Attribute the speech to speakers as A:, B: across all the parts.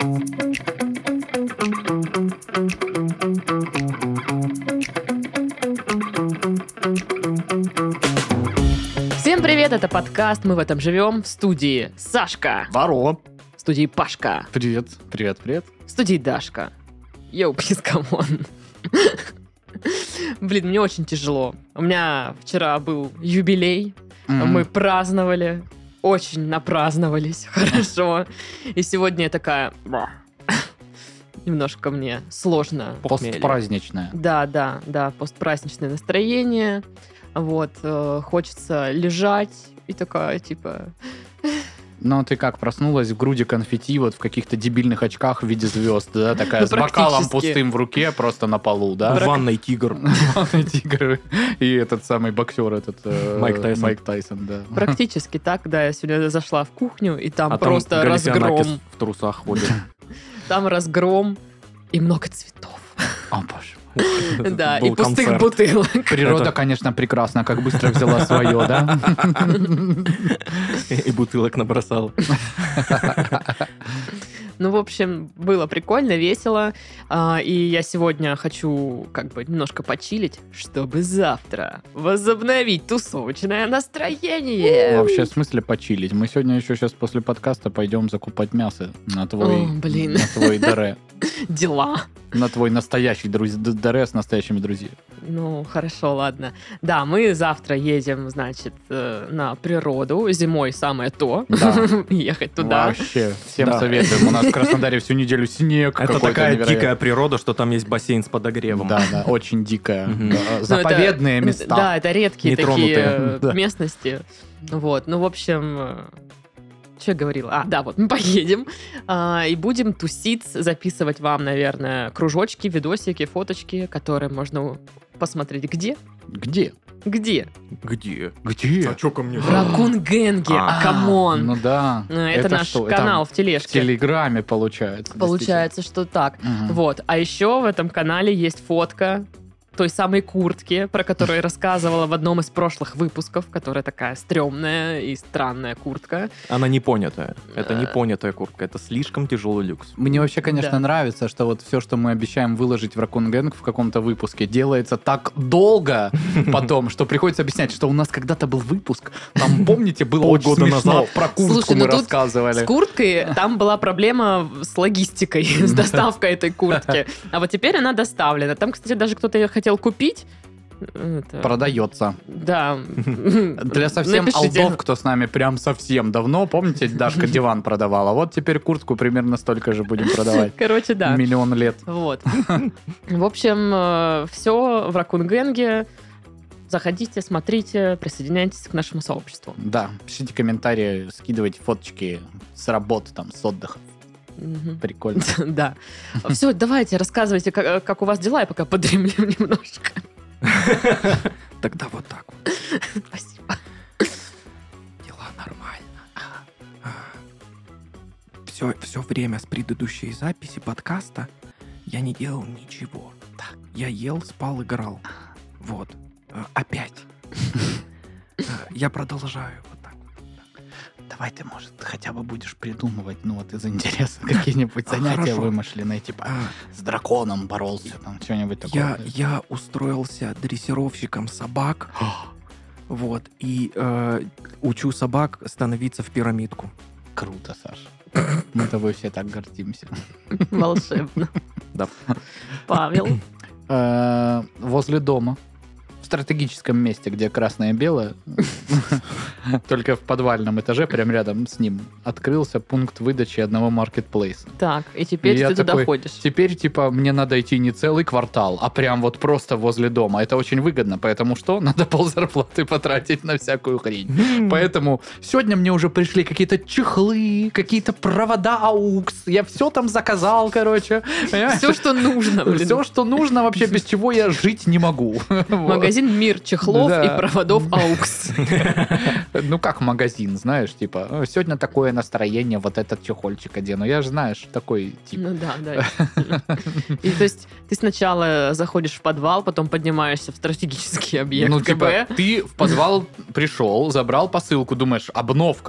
A: Всем привет, это подкаст «Мы в этом живем» в студии Сашка,
B: Варо.
A: в студии Пашка,
B: Привет. Привет.
A: в студии Дашка. Йоу, плиз, камон. Блин, мне очень тяжело. У меня вчера был юбилей, мы праздновали, очень напраздновались, хорошо. И сегодня я такая... Немножко мне сложно.
B: Постпраздничная.
A: Да, постпраздничное настроение. Вот, хочется лежать и такая, типа...
B: Ну, ты как, проснулась в груди конфетти, вот в каких-то дебильных очках в виде звезд, да? Такая
A: Ну,
B: с бокалом
A: практически.
B: пустым в руке, просто на полу, да?
C: В ванной тигр.
B: Ванной тигр. И этот самый боксер, этот...
C: Майк Тайсон.
B: да.
A: Практически так, да, я сегодня зашла в кухню, и там
C: А
A: просто
C: там Галифианакис
A: разгром.
C: в трусах ходит.
A: Там разгром и много цветов.
B: О, боже.
A: Да,
C: Был
A: и пустых
C: концерт.
A: бутылок.
B: Природа,
C: Это-
B: конечно, прекрасна, как быстро взяла свое, да?
C: И бутылок набросал.
A: Ну, в общем, было прикольно, весело. И я сегодня хочу как бы немножко почилить, чтобы завтра возобновить тусовочное настроение.
B: Вообще, в смысле почилить? Мы сегодня еще сейчас после подкаста пойдем закупать мясо на твой...
A: О, блин.
B: На твой даре.
A: Дела.
B: На твой настоящий даре с настоящими друзьями.
A: Ну, хорошо, ладно. Да, мы завтра едем, значит, на природу. Зимой самое то.
B: Да.
A: Ехать туда.
B: Вообще, всем
C: Да.
B: советуем. У нас в Краснодаре всю неделю снег
C: Это
B: какой-то
C: такая
B: невероятный.
C: дикая природа, что там есть бассейн с подогревом.
B: Да, очень дикая.
C: Мгм.
B: Да,
A: Ну,
B: заповедные
A: это-
B: места.
A: Да, это редкие такие
C: Нетронутые.
B: Да.
A: местности. Вот, ну, в общем, что я говорила? Да, вот мы поедем и будем тусить, записывать вам, наверное, кружочки, видосики, фоточки, которые можно посмотреть где?
B: Где?
A: Где?
C: Где?
B: Где?
C: А чё ко мне?
A: В Ракунгенге, камон!
B: Ну да.
A: Это наш
B: что? Это
A: канал в
B: в
A: тележке.
B: Телеграме получается.
A: Получается, что так.
B: действительно. Мгм.
A: Вот. А еще в этом канале есть фотка той самой куртки, про которую я рассказывала в одном из прошлых выпусков, которая такая стрёмная и странная куртка.
C: Она не понятая. Это не понятая куртка. Это слишком тяжелый люкс.
B: Мне вообще, конечно,
A: Да.
B: нравится, что вот все, что мы обещаем выложить в Ракунгенг в каком-то выпуске, делается так долго потом, что приходится объяснять, что у нас когда-то был выпуск, там, помните, было очень
C: Полгода
B: смешно,
C: назад.
B: про куртку
A: Слушай,
B: мы
A: ну тут
B: рассказывали.
A: С курткой там была проблема с логистикой, с доставкой этой куртки. А вот теперь она доставлена. Там, кстати, даже кто-то ее хотел купить. Это-
B: Продается.
A: Да.
B: Для совсем
A: Напишите.
B: олдов, кто с нами прям совсем давно, помните, Дашка диван продавала? Вот теперь куртку примерно столько же будем продавать.
A: Короче, да.
B: Миллион лет.
A: Вот. В общем, все в Ракунгенге. Заходите, смотрите, присоединяйтесь к нашему сообществу.
B: Да, пишите комментарии, скидывайте фоточки с работы, там, с отдыха.
A: Мгм.
B: Прикольно.
A: Да. Все, давайте, рассказывайте, как у вас дела, я пока подремлю немножко.
C: Тогда вот так вот.
A: Спасибо.
C: Дела нормально. Все время с предыдущей записи подкаста я не делал ничего. Так, я ел, спал, играл. Вот. Опять. Я продолжаю вот так.
B: Давай ты, может, хотя бы будешь придумывать, ну вот из интереса, какие-нибудь занятия
C: Хорошо.
B: вымышленные, типа с драконом боролся, там, что-нибудь такое.
C: Я устроился дрессировщиком собак. Вот. И учу собак становиться в пирамидку.
B: Круто, Саша. Мы тобой все так гордимся.
A: Волшебно.
C: Да.
A: Павел.
B: Возле дома. В стратегическом месте, где красное и белое, только в подвальном этаже, прям рядом с ним, открылся пункт выдачи одного маркетплейса.
A: Так, и теперь
B: И я
A: ты туда
B: такой,
A: ходишь.
B: Теперь, типа, мне надо идти не целый квартал, а прям вот просто возле дома. Это очень выгодно, поэтому что? Надо ползарплаты потратить на всякую хрень. Поэтому сегодня мне уже пришли какие-то чехлы, какие-то провода AUX. Я все там заказал, короче.
A: Все, что нужно, блин.
B: Все, что нужно вообще, без чего я жить не могу. Вот.
A: Магазин «Мир» чехлов
B: Да.
A: и проводов AUX.
B: Ну, как магазин, знаешь, типа, сегодня такое настроение, вот этот чехольчик одену. Я же, знаешь, такой тип.
A: Ну да, да. действительно. И то есть ты сначала заходишь в подвал, потом поднимаешься в стратегический объект
B: Ну,
A: КБ.
B: типа, ты в подвал пришел, забрал посылку, думаешь, обновка.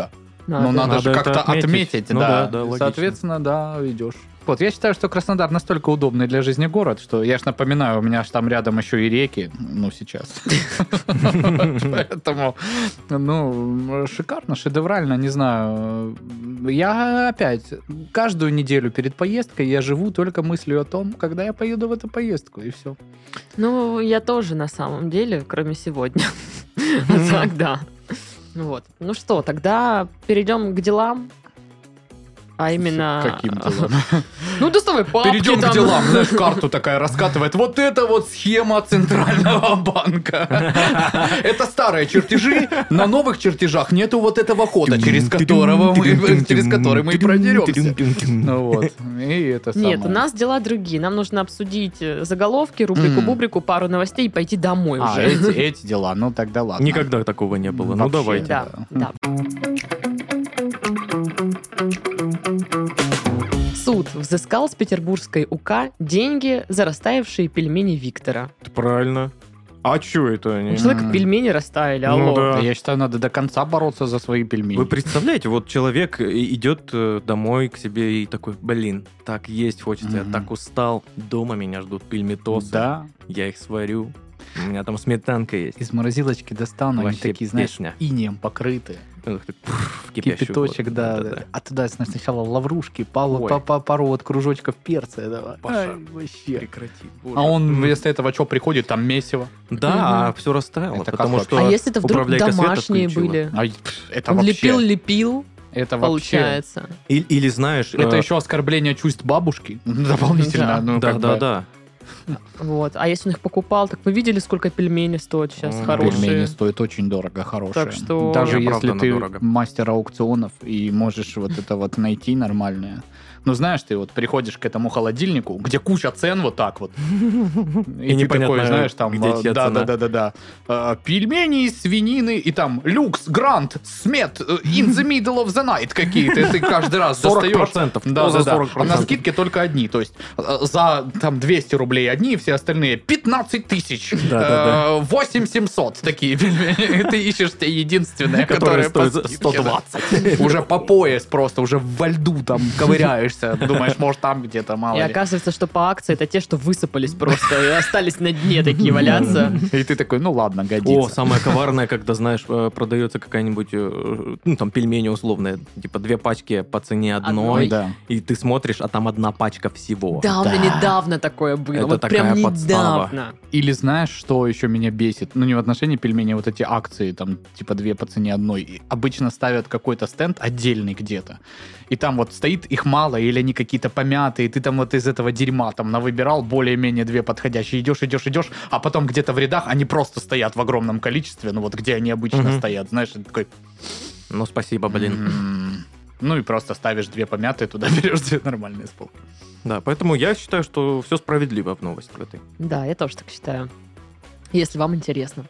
B: Ну, надо же
C: это
B: как-то
C: отметить.
B: отметить,
C: Ну
B: да.
C: да, логично.
B: Соответственно, да, идешь. Вот, я считаю, что Краснодар настолько удобный для жизни город, что, я ж напоминаю, у меня ж там рядом еще и реки, ну, сейчас. Поэтому, ну, шикарно, шедеврально, не знаю. Я опять, каждую неделю перед поездкой я живу только мыслью о том, когда я поеду в эту поездку, и все.
A: Ну, я тоже на самом деле, кроме сегодня. А так, да. Вот. Ну что, тогда перейдем к делам. А именно...
B: Каким делом?
A: Ну, доставай папки
B: Перейдем
A: там.
B: к делам. Знаешь, карту такая раскатывает. Вот это вот схема Центрального банка. Это старые чертежи. На новых чертежах нету вот этого хода, через который мы и продеремся. Ну вот. И это самое.
A: Нет, у нас дела другие. Нам нужно обсудить заголовки, рубрику-бубрику, пару новостей и пойти домой
B: А,
A: уже.
B: эти дела. Ну тогда ладно.
C: Никогда такого не было. Ну,
B: Вообще,
C: давайте.
A: Да, да. Суд взыскал с петербургской УК деньги за растаявшие пельмени Виктора.
C: Правильно. А чё это они?
A: У человека пельмени растаяли,
C: Ну
A: алло.
C: да.
B: Я считаю, надо до конца бороться за свои пельмени.
C: Вы представляете, вот человек идет домой к себе и такой, блин, так есть хочется, я
B: Мгм.
C: так устал, дома меня ждут пельметосы,
B: Да.
C: я их сварю, у меня там сметанка есть.
B: Из морозилочки достану, они
C: Вообще
B: такие, знаешь,
C: песня.
B: инеем покрыты.
C: В кипящую
B: Кипяточек,
C: воду.
B: да.
C: Да-да-да.
B: А туда сначала лаврушки,
C: Ой.
B: пару вот кружочков перца. Давай.
C: Паша,
B: Ай, вообще.
C: Прекрати. боже.
B: А он вместо этого что приходит? Там месиво.
C: Да,
A: Мгм.
C: все растаяло,
B: Это
C: потому
B: как
C: что
A: А если это вдруг
C: управляйка света
A: домашние
C: включила.
A: были?
B: Это
A: Он
B: вообще...
A: лепил,
B: Это вообще...
A: получается.
C: Или знаешь...
B: Это еще оскорбление чувств бабушки. Дополнительно.
A: Да.
B: Ну,
C: Да,
B: как
C: да,
B: бы.
C: да.
A: Вот. А если он их покупал, так вы видели, сколько пельмени стоят сейчас
C: Пельмени
B: Пельмени
A: хорошие?
B: стоят очень дорого, хорошие.
A: Так что-
B: Даже если
C: Неоправданно
B: ты
C: дорого.
B: мастер аукционов и можешь вот это вот найти нормальное. Ну, знаешь, ты вот приходишь к этому холодильнику, где куча цен вот так вот. И ты
C: непонятно,
B: такой, знаешь, там...
C: где чья цена.
B: Да. Пельмени из свинины и там люкс, грант, смет, in the middle of the night какие-то. И ты каждый раз
C: 40%.
B: достаешь. Да.
C: За
B: А на
C: 40%.
B: скидке только одни. То есть за там 200 рублей одни, все остальные 15 тысяч.
C: Да.
B: 8700 такие пельмени. И ты ищешь те единственные,
C: Которые
B: которые по
C: стоят
B: скидке, да.
C: 120.
B: Уже по пояс просто, уже во льду там ковыряешься. Думаешь, может, там где-то, мало
A: И
B: ли.
A: оказывается, что по акции это те, что высыпались просто и остались на дне такие валяться.
B: И ты такой, ну ладно,
C: О,
B: годится.
C: самое коварное, когда, знаешь, продается какая-нибудь, ну, там, пельмени условные, типа 2 пачки по цене одной,
B: Да.
C: и ты смотришь, а там 1 пачка всего.
A: Да, у меня
B: Да.
A: недавно такое было.
C: Это
A: Вот
C: такая
A: прям
C: подстава.
A: недавно.
B: Или знаешь, что еще меня бесит? Ну, не в отношении пельменей, вот эти акции, там, типа 2 по цене одной. И обычно ставят какой-то стенд отдельный где-то. И там вот стоит их мало, или они какие-то помятые, и ты там вот из этого дерьма там навыбирал более-менее 2 подходящие. Идешь, а потом где-то в рядах они просто стоят в огромном количестве, ну вот где они обычно
C: Мгм.
B: стоят. Знаешь, ты такой...
C: Ну, спасибо, блин.
B: Ну и просто ставишь 2 помятые, туда берешь 2 нормальные с полки.
C: Да, поэтому я считаю, что все справедливо в новости в этой.
A: Да, я тоже так считаю. Если вам интересно.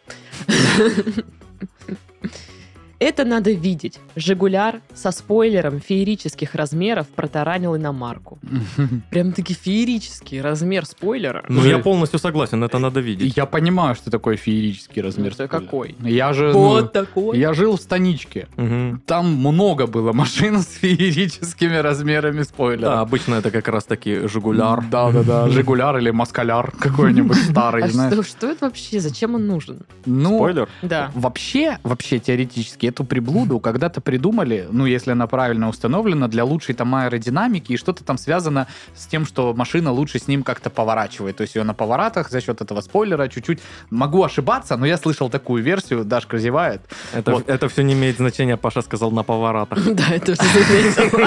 A: Это надо видеть. Жигуляр со спойлером феерических размеров протаранил иномарку. Прям-таки феерический размер спойлера.
C: Ну, я полностью согласен, это надо видеть.
B: Я понимаю, что такое феерический размер.
A: Это
B: спойлера.
A: какой?
B: Я же...
A: Вот такой.
B: Я жил в станичке.
C: Мгм.
B: Там много было машин с феерическими размерами спойлера.
C: Да, обычно это как раз-таки Жигуляр.
B: Да. Жигуляр или Маскаляр какой-нибудь старый,
A: А
B: знаешь.
A: что это вообще? Зачем он нужен?
B: Ну,
C: Спойлер?
A: Да.
B: вообще теоретически эту приблуду когда-то придумали, ну, если она правильно установлена, для лучшей там аэродинамики, и что-то там связано с тем, что машина лучше с ним как-то поворачивает. То есть ее на поворотах за счет этого спойлера чуть-чуть. Могу ошибаться, но я слышал такую версию, Дашка зевает. Вот.
C: Это все не имеет значения, Паша сказал на поворотах.
A: Да, это все заметил.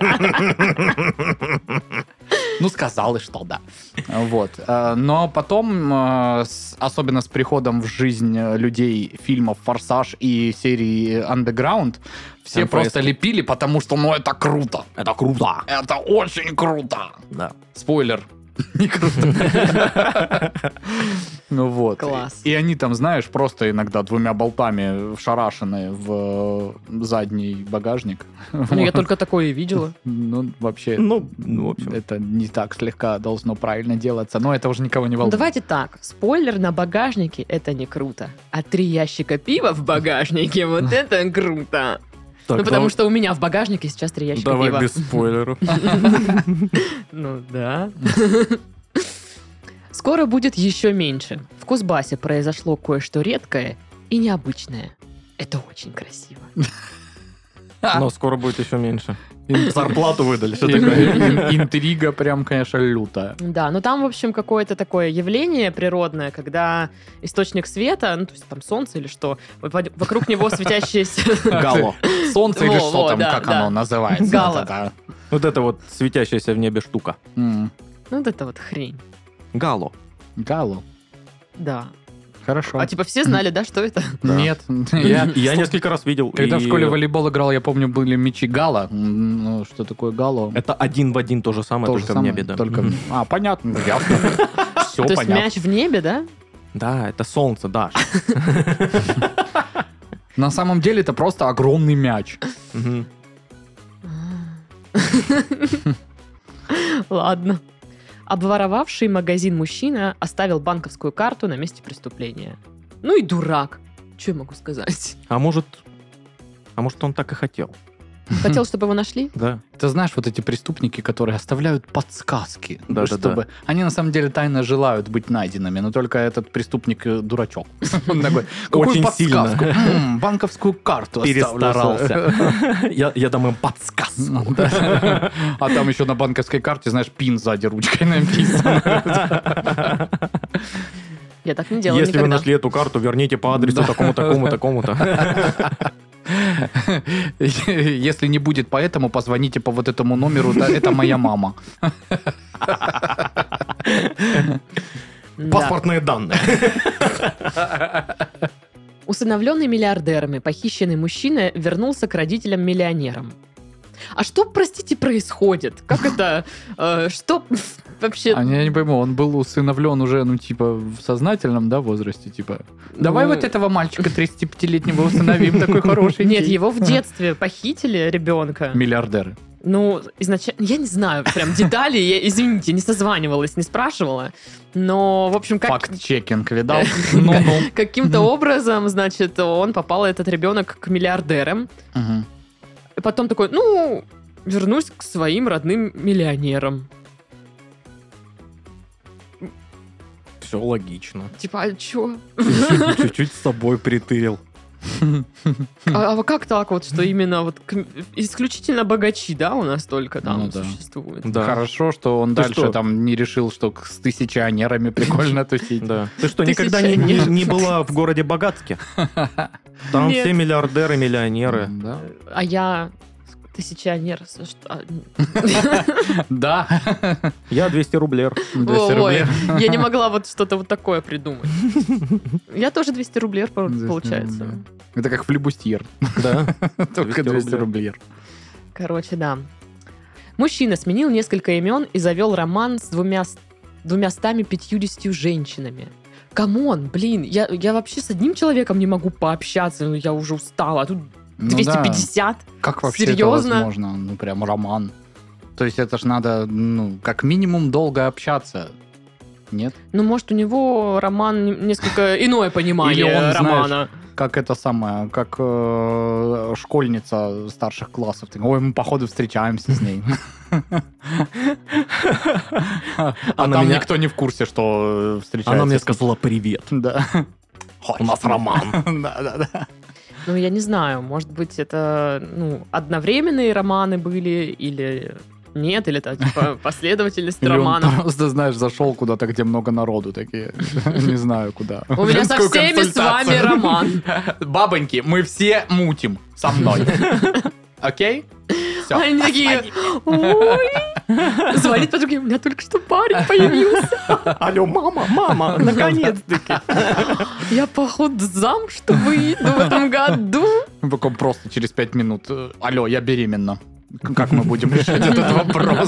B: Ну, сказал и что, да. Вот. Но потом, особенно с приходом в жизнь людей фильмов «Форсаж» и серии «Андеграунд», все
C: МФС.
B: просто лепили, потому что, ну, это круто.
C: Это круто.
B: Это очень круто.
C: Да.
B: Спойлер. Не круто. Ну вот.
A: Класс.
B: И они там, знаешь, просто иногда 2 болтами вшарашены в задний багажник.
A: Ну, я только такое и видела.
B: Ну, вообще,
C: Ну, в общем.
B: это не так слегка должно правильно делаться, но это уже никого не
A: Ну,
B: волнует.
A: давайте так. Спойлер на багажнике — это не круто. А 3 ящика пива в багажнике — вот это круто.
C: Так,
A: потому что у меня в багажнике сейчас 3 ящика
C: давай
A: пива.
C: без спойлеров.
A: Ну да. Скоро будет еще меньше. В Кузбассе произошло кое-что редкое и необычное. Это очень красиво.
C: Но скоро будет еще меньше. Зарплату выдали. Что такое?
B: Интрига прям, конечно, лютая.
A: Да, но там, в общем, какое-то такое явление природное, когда источник света, ну, то есть там солнце или что, вокруг него светящиеся...
C: Гало.
B: Солнце или
A: Во,
B: что там,
A: да,
B: как
A: да.
B: оно называется?
A: Гало.
B: Вот это.
C: Вот это вот светящаяся в небе штука.
B: М,
A: Ну, вот это вот хрень.
C: Гало.
B: Гало.
A: Да.
B: Хорошо.
A: А типа все знали, да, что это?
C: Да.
B: Нет.
C: Я несколько раз видел.
B: Когда в
C: и
B: школе волейбол играл, я помню, были мячи гало. Ну, что такое гало?
C: Это один в один то же самое,
B: То же
C: только в
B: самое,
C: небе, да.
B: Только...
C: Мгм.
B: А, понятно, ясно. Все
A: То есть
B: понятно.
A: мяч в небе, да?
C: Да, это солнце, да.
B: На самом деле это просто огромный мяч.
C: Мгм.
A: Ладно. Обворовавший магазин мужчина оставил банковскую карту на месте преступления. Ну и дурак. Что я могу сказать?
C: А может он так и хотел?
A: Хотел, чтобы его нашли?
C: Да.
B: Ты знаешь, вот эти преступники, которые оставляют подсказки,
C: Да,
B: чтобы... Они на самом деле тайно желают быть найденными, но только этот преступник дурачок. Он такой, какую
C: Очень
B: подсказку?
C: сильно.
B: Банковскую карту оставлю.
C: Перестарался. Я дам им подсказку.
B: Да. А там еще на банковской карте, знаешь, пин сзади ручкой написан.
A: Я так не делала
C: Если вы
A: никогда.
C: нашли эту карту, верните по адресу
B: Да.
C: такому, такому, такому-то.
B: Если не будет по этому, позвоните по вот этому номеру. Да, это моя мама.
A: Да.
C: Паспортные данные.
A: Усыновленный миллиардерами похищенный мужчина вернулся к родителям-миллионерам. А что, простите, происходит? Как это? Что вообще?
B: Я не пойму, он был усыновлен уже, ну, типа, в сознательном, да, возрасте, типа, давай
A: Ну,
B: вот этого мальчика 35-летнего усыновим, такой хороший.
A: Нет, его в детстве похитили, ребенка.
B: Миллиардеры.
A: Ну, изначально, я не знаю прям детали, я, извините, не созванивалась, не спрашивала, но, в общем,
B: Факт-чекинг, видал? Ну-ну.
A: каким-то образом, значит, он попал, этот ребенок, к миллиардерам,
B: Мгм.
A: и потом такой, ну, вернусь к своим родным миллионерам.
C: Все логично.
A: Типа, а чё?
C: Чуть-чуть с собой притырил.
A: А как так вот, что именно вот исключительно богачи, да, у нас только там
B: Ну да.
A: существуют?
C: Да.
B: Хорошо, что он
C: Ты
B: дальше
C: что?
B: там не решил, что с тысячионерами прикольно тусить.
C: Да. Ты что, никогда не была в городе Богатске? Там
A: Нет.
C: все миллиардеры, миллионеры.
B: Да.
A: А я тысячионер. Что?
B: Да.
C: Я 200 рублей.
B: 200
A: Ой,
B: рублей.
A: я не могла вот что-то вот такое придумать. Я тоже 200 рублей, получается.
B: Это как флибустьер.
C: Да.
B: Только 200
C: рублей.
B: рублей.
A: Короче, да. Мужчина сменил несколько имен и завел роман с 250 женщинами. Камон, блин, я вообще с одним человеком не могу пообщаться, я уже устала, а тут
B: Ну да.
A: 250?
B: Как вообще
A: Серьезно?
B: это возможно? Ну, прям роман. То есть это ж надо, ну, как минимум долго общаться. Нет?
A: Ну, может, у него роман несколько иное понимание
B: Или он,
A: романа.
B: знаешь, как это самое, как школьница старших классов. Ты, ой, мы походу встречаемся с ней. А
C: Она
B: там
C: меня-
B: никто не в курсе, что встречается.
C: Она мне
B: с ней.
C: сказала привет.
B: Да.
C: У нас роман.
B: Да.
A: Ну, я не знаю, может быть, это одновременные романы были, или нет, или это типа последовательность
B: Или он
A: романов.
B: просто, знаешь, зашел куда-то, где много народу, такие, не знаю куда.
A: У меня со
B: Женскую
A: всеми с вами
B: консультацию.
A: роман.
B: Бабоньки, мы все мутим со мной. Окей? Все.
A: Они такие, ой. Звонит подруге, у меня только что парень появился.
C: Алло, мама, наконец-таки.
A: Я, походу, замуж выйду в этом году.
B: Потом просто через 5 минут. Алло, я беременна. Как мы будем решать этот вопрос?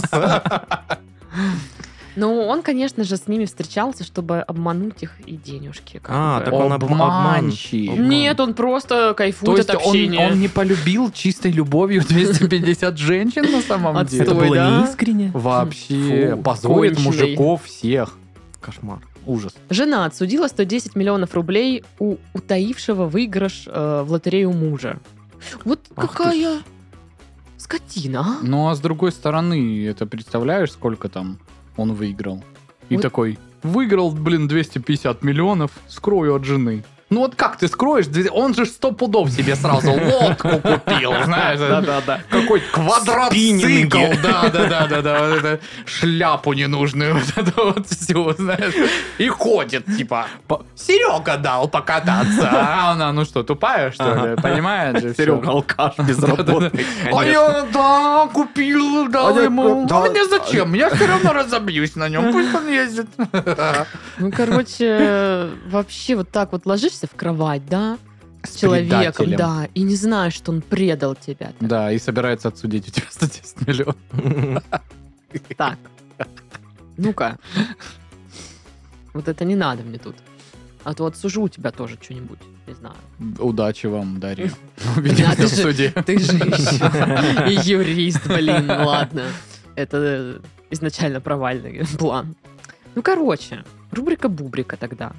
A: Ну, он, конечно же, с ними встречался, чтобы обмануть их и денежки. как
C: А,
A: бы.
C: так он
B: Обманщик.
C: обман.
A: Нет, он просто
B: То
A: кайфует
B: есть
A: от общения.
B: он не полюбил чистой любовью 250 женщин на самом
A: Отстой.
B: деле?
C: Это было
A: да?
C: неискренне?
B: Вообще,
C: Фу,
B: позорит
A: конченый.
B: мужиков всех.
C: Кошмар.
B: Ужас.
A: Жена отсудила 110 миллионов рублей у утаившего выигрыш в лотерею мужа. Вот
C: Ах ты
A: какая скотина, а?
B: Ну, а с другой стороны, это представляешь, сколько там он выиграл? И
A: Вот.
B: такой, выиграл, 250 миллионов, скрою от жены. Ну вот как ты скроешь? Он же 100 пудов себе сразу лодку купил, знаешь.
C: Да-да-да.
B: Какой квадроцикл,
C: Спиннинги.
B: да, вот это шляпу ненужную, вот это вот все, знаешь, и ходит, типа, Серега дал покататься, а она, ну что, тупая, что ли, понимаешь же,
C: Серега
B: всё.
C: алкаш безработный.
B: А
C: конечно.
B: я, да, купил, дал
C: А я,
B: ему,
C: да.
B: а мне зачем, я все равно разобьюсь на нем, пусть он ездит.
A: Ну, короче, вообще вот так вот ложишься в кровать, да, с человеком,
B: предателем.
A: да, и не знаешь, что он предал тебя.
B: Да, и собирается отсудить у тебя 110 миллионов.
A: Так, ну-ка, вот это не надо мне тут. А то отсужу у тебя тоже что-нибудь, не знаю.
B: Удачи вам, Дарья.
A: Да,
B: Увидимся
A: ты
B: в
A: же-
B: суде.
A: Ты же еще и юрист, блин, ладно. Это изначально провальный план. Ну, короче, рубрика-бубрика тогда.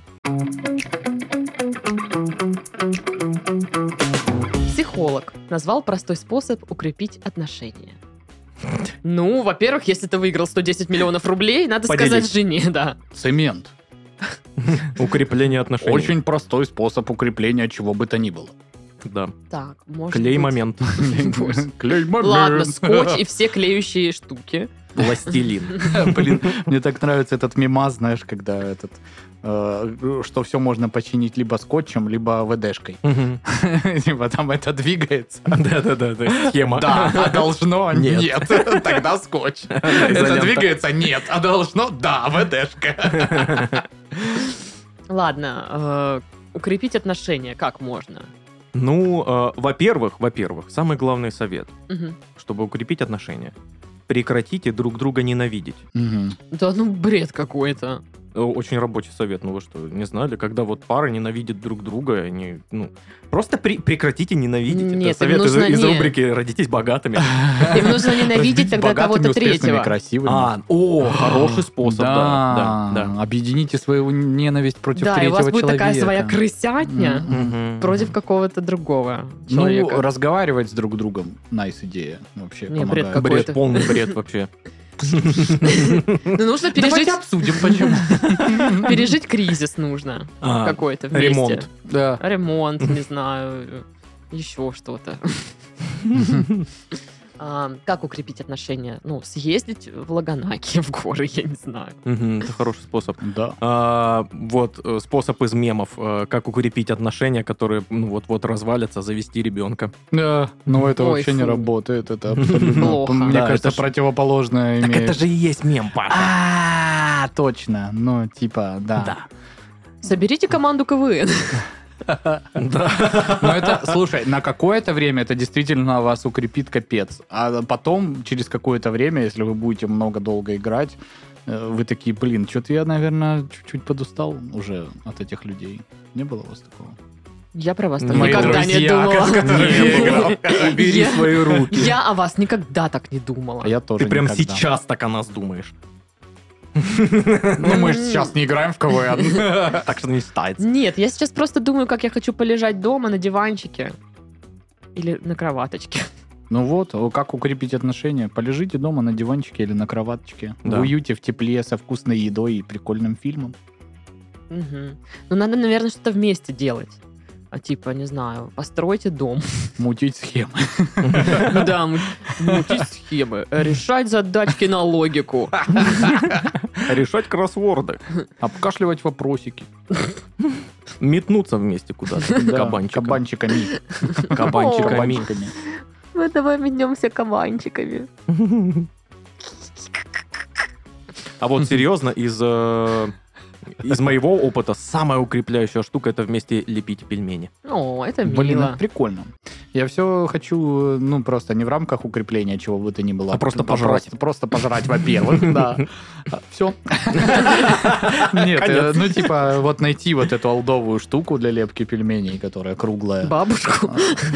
A: Психолог назвал простой способ укрепить отношения. Ну, во-первых, если ты выиграл 110 миллионов рублей, надо
C: Поделись.
A: сказать жене, да.
B: Цемент.
C: Укрепление отношений.
B: Очень простой способ укрепления чего бы то ни было.
C: Да.
A: Так, может
C: Клей
A: быть-
C: момент.
B: Клей момент.
A: Ладно, скотч и все клеющие штуки.
C: Пластилин.
B: Блин, мне так нравится этот мемаз, знаешь, когда этот, что все можно починить либо скотчем, либо ВДшкой.
C: Мгм.
B: Типа там это двигается.
C: Да-да-да, схема.
B: Да, а должно?
C: Нет.
B: Нет. Тогда скотч. Это
C: Изолента.
B: двигается? Нет. А должно? Да, ВДшка.
A: Ладно, укрепить отношения как можно?
C: Ну, во-первых, самый главный совет,
A: Мгм.
C: чтобы укрепить отношения. Прекратите друг друга ненавидеть.
A: Да ну бред какой-то.
C: Очень рабочий совет, ну вы что, не знали? Когда вот пары ненавидят друг друга, они, ну, просто прекратите ненавидеть.
A: Нет, им
C: Это совет
A: нужно
C: из
A: не-
C: рубрики «Родитесь богатыми».
A: Им нужно ненавидеть тогда
B: Богатыми,
A: кого-то
B: успешными,
A: третьего.
B: красивыми.
C: Хороший способ, да. Да.
B: Объедините свою ненависть против
A: Да, и у
B: третьего
A: вас будет
B: человека.
A: такая своя крысятня
C: Мгм.
A: против какого-то другого
B: Ну,
A: человека.
B: разговаривать с друг другом, найс идея вообще
A: Не, бред
B: помогает.
A: какой.
C: Бред,
A: Какой-то.
C: полный бред вообще.
A: Ну, нужно пережить,
B: обсудим, почему.
A: пережить кризис нужно какой-то вместе.
C: ремонт.
B: Да.
A: Ремонт, не знаю, еще что-то. Как укрепить отношения? Ну, съездить в Лаганаки, в горы, я не знаю.
C: Мгм, это хороший способ.
B: Да.
C: Вот способ из мемов, как укрепить отношения, которые ну, вот-вот развалятся, завести ребенка.
B: Да, но это
A: Ой,
B: вообще не
A: фу.
B: работает. Это абсолютно,
A: Плохо.
B: мне
C: Да,
B: кажется,
C: это ж-
B: противоположное
C: Так
B: имеет.
C: это же и есть мем, Паша.
B: Точно. Ну, типа, да.
A: Соберите команду КВН.
C: Да.
B: Но это, слушай, на какое-то время это действительно вас укрепит капец. А потом, через какое-то время, если вы будете много долго играть, вы такие, блин, что-то я, наверное, чуть-чуть подустал уже от этих людей. Не было у вас такого?
A: Я про вас так
C: Мои
A: никогда не
C: друзья,
A: думала.
C: с которыми я играл. Убери
A: Я-
C: свои руки.
A: Я о вас никогда так не думала.
B: А я тоже
C: Ты прям
B: никогда.
C: сейчас так о нас думаешь.
B: Ну, мы же сейчас не играем в КВН.
C: Так что не считается.
A: Нет, я сейчас просто думаю, как я хочу полежать дома на диванчике. Или на кроваточке.
B: Ну вот, как укрепить отношения? Полежите дома на диванчике или на кроваточке.
C: Да.
B: В уюте, в тепле, со вкусной едой и прикольным фильмом.
A: Мгм. Ну, надо, наверное, что-то вместе делать. А типа, не знаю, постройте дом.
B: Мутить схемы.
A: Ну да, мутить схемы. Решать задачки на логику.
C: Решать кроссворды.
B: Обкашливать вопросики.
C: Метнуться вместе куда-то.
B: Да,
C: Кабанчиком.
B: Кабанчиками.
C: Кабанчиками.
B: Кабанчиками.
A: Мы давай метнемся кабанчиками.
C: А вот серьезно, из моего опыта самая укрепляющая штука — это вместе лепить пельмени.
A: О, это
B: Блин, это
A: мило.
B: прикольно. Я все хочу, ну, просто не в рамках укрепления чего бы то ни было.
C: А просто пожрать.
B: Просто пожрать, во-первых, да. Все. Нет,
C: Конец.
B: ну, типа, вот найти вот эту олдовую штуку для лепки пельменей, которая круглая.
A: Бабушку.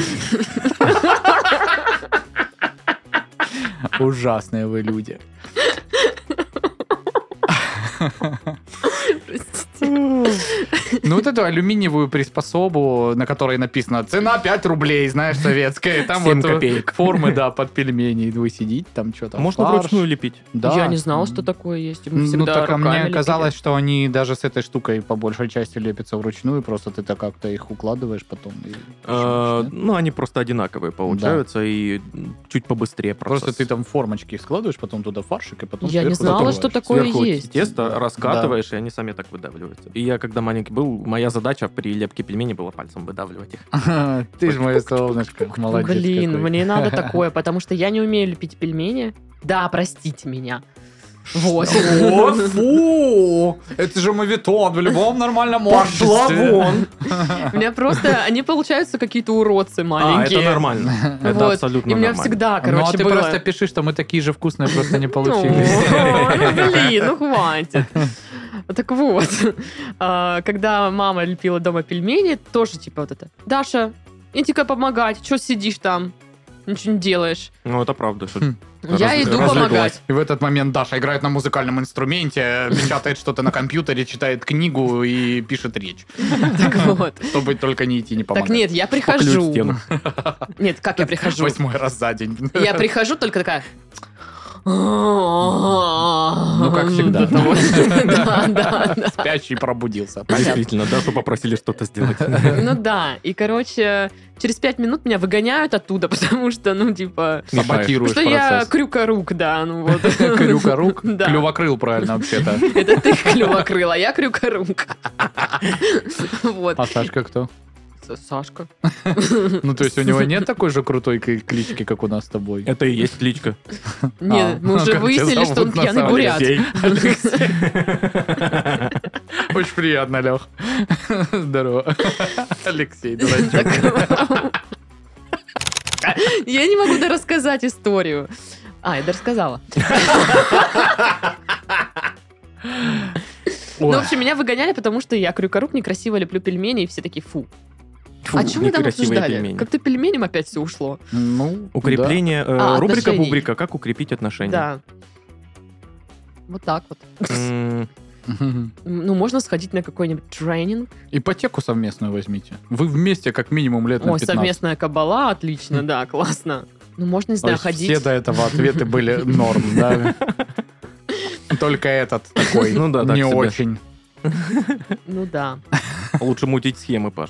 B: Ужасные вы люди.
A: Простите.
B: Ну, вот эту алюминиевую приспособу, на которой написано «Цена 5 рублей», знаешь, советская. Там
C: 7
B: вот
C: копеек.
B: формы, да, под пельмени. Вы сидите, там что-то.
C: Можно вручную лепить.
B: Да.
A: Я не знала, что такое есть. Мы
B: Ну,
A: всегда
B: так а
A: руками
B: мне
A: лепили.
B: казалось, что они даже с этой штукой по большей части лепятся вручную, просто ты так как-то их укладываешь потом. И шумишь, да?
C: Ну, они просто одинаковые получаются и чуть побыстрее процесс.
B: Просто ты там формочки складываешь, потом туда фаршик, и потом
A: Я не
B: сверху
A: знала,
B: закрываешь.
A: что такое
C: Сверху
A: есть.
C: тесто раскатываешь, и они сами так выдавливаются. И я, когда маленький был, моя задача при лепке пельменей была пальцем выдавливать их.
B: Ты ж мое солнышко, молодец
A: Блин,
B: какой.
A: мне надо такое, потому что я не умею лепить пельмени. Да, простите меня. Вот.
B: О, фу! Это же моветон в любом нормальном
C: Пошла
B: обществе.
C: вон!
A: У меня просто, они получаются какие-то уродцы маленькие.
C: Это нормально. Это
A: Вот.
C: абсолютно
A: И у меня
C: нормально.
A: всегда,
B: Ну, а
A: короче,
B: ты
A: было...
B: просто пиши, что мы такие же вкусные, просто не получились.
A: Ну, блин, ну хватит. Так вот, когда мама лепила дома пельмени, тоже типа вот это: «Даша, иди-ка помогать, что сидишь там, ничего не делаешь».
C: Ну, это правда. что-
A: Я иду
C: разлеглась.
A: помогать.
B: И в этот момент Даша играет на музыкальном инструменте, печатает что-то на компьютере, читает книгу и пишет речь.
A: Так вот.
B: Чтобы только не идти, не помогать.
A: Так нет, я
C: Шпаклюет
A: прихожу.
C: стену.
A: Нет, как я прихожу?
B: 8 раз за день.
A: Я прихожу только такая... Ну,
B: как всегда.
A: Да, да, да.
B: Спящий пробудился.
C: Действительно, Дашу попросили что-то сделать.
A: Ну да, и, короче, через 5 минут меня выгоняют оттуда, потому что, ну, типа...
B: Саботируешь
A: Что я
B: процесс.
A: крюкорук, да, ну вот.
B: Крюкорук?
A: Да.
B: Клювокрыл, правильно, вообще-то.
A: Это ты клювокрыл, а я крюкорук. Вот.
B: А Сашка кто?
A: Сашка.
B: Ну, то есть у него нет такой же крутой клички, как у нас с тобой?
C: Это и есть кличка.
A: Нет, мы уже
B: как тебя
A: выяснили, что он
B: зовут на
A: пьяный
B: самом
A: бурят.
B: Очень приятно, Лех. Здорово. Алексей, дурачок.
A: Я не могу рассказать историю. Я рассказала. Ну, в общем, меня выгоняли, потому что я крюкорук, некрасиво леплю пельмени, и все такие: фу. А что мы там
C: некрасивые
A: обсуждали?
C: пельмени.
A: Как-то пельменем опять все ушло.
B: Ну,
C: Укрепление.
A: А, отношений.
C: Рубрика-бубрика. Как укрепить отношения.
A: Да. Вот так вот.
C: М,
B: да.
A: Ну, можно сходить на какой-нибудь тренинг.
B: Ипотеку совместную возьмите. Вы вместе как минимум лет на
A: Ой,
B: 15.
A: совместная кабала, отлично, да, классно. Ну, можно, не знаю,
B: То есть
A: ходить.
B: все до этого ответы были норм, да? Только этот такой
C: Ну да, так
B: не
C: себе.
B: очень.
A: Ну да.
C: Лучше мутить схемы, Паш.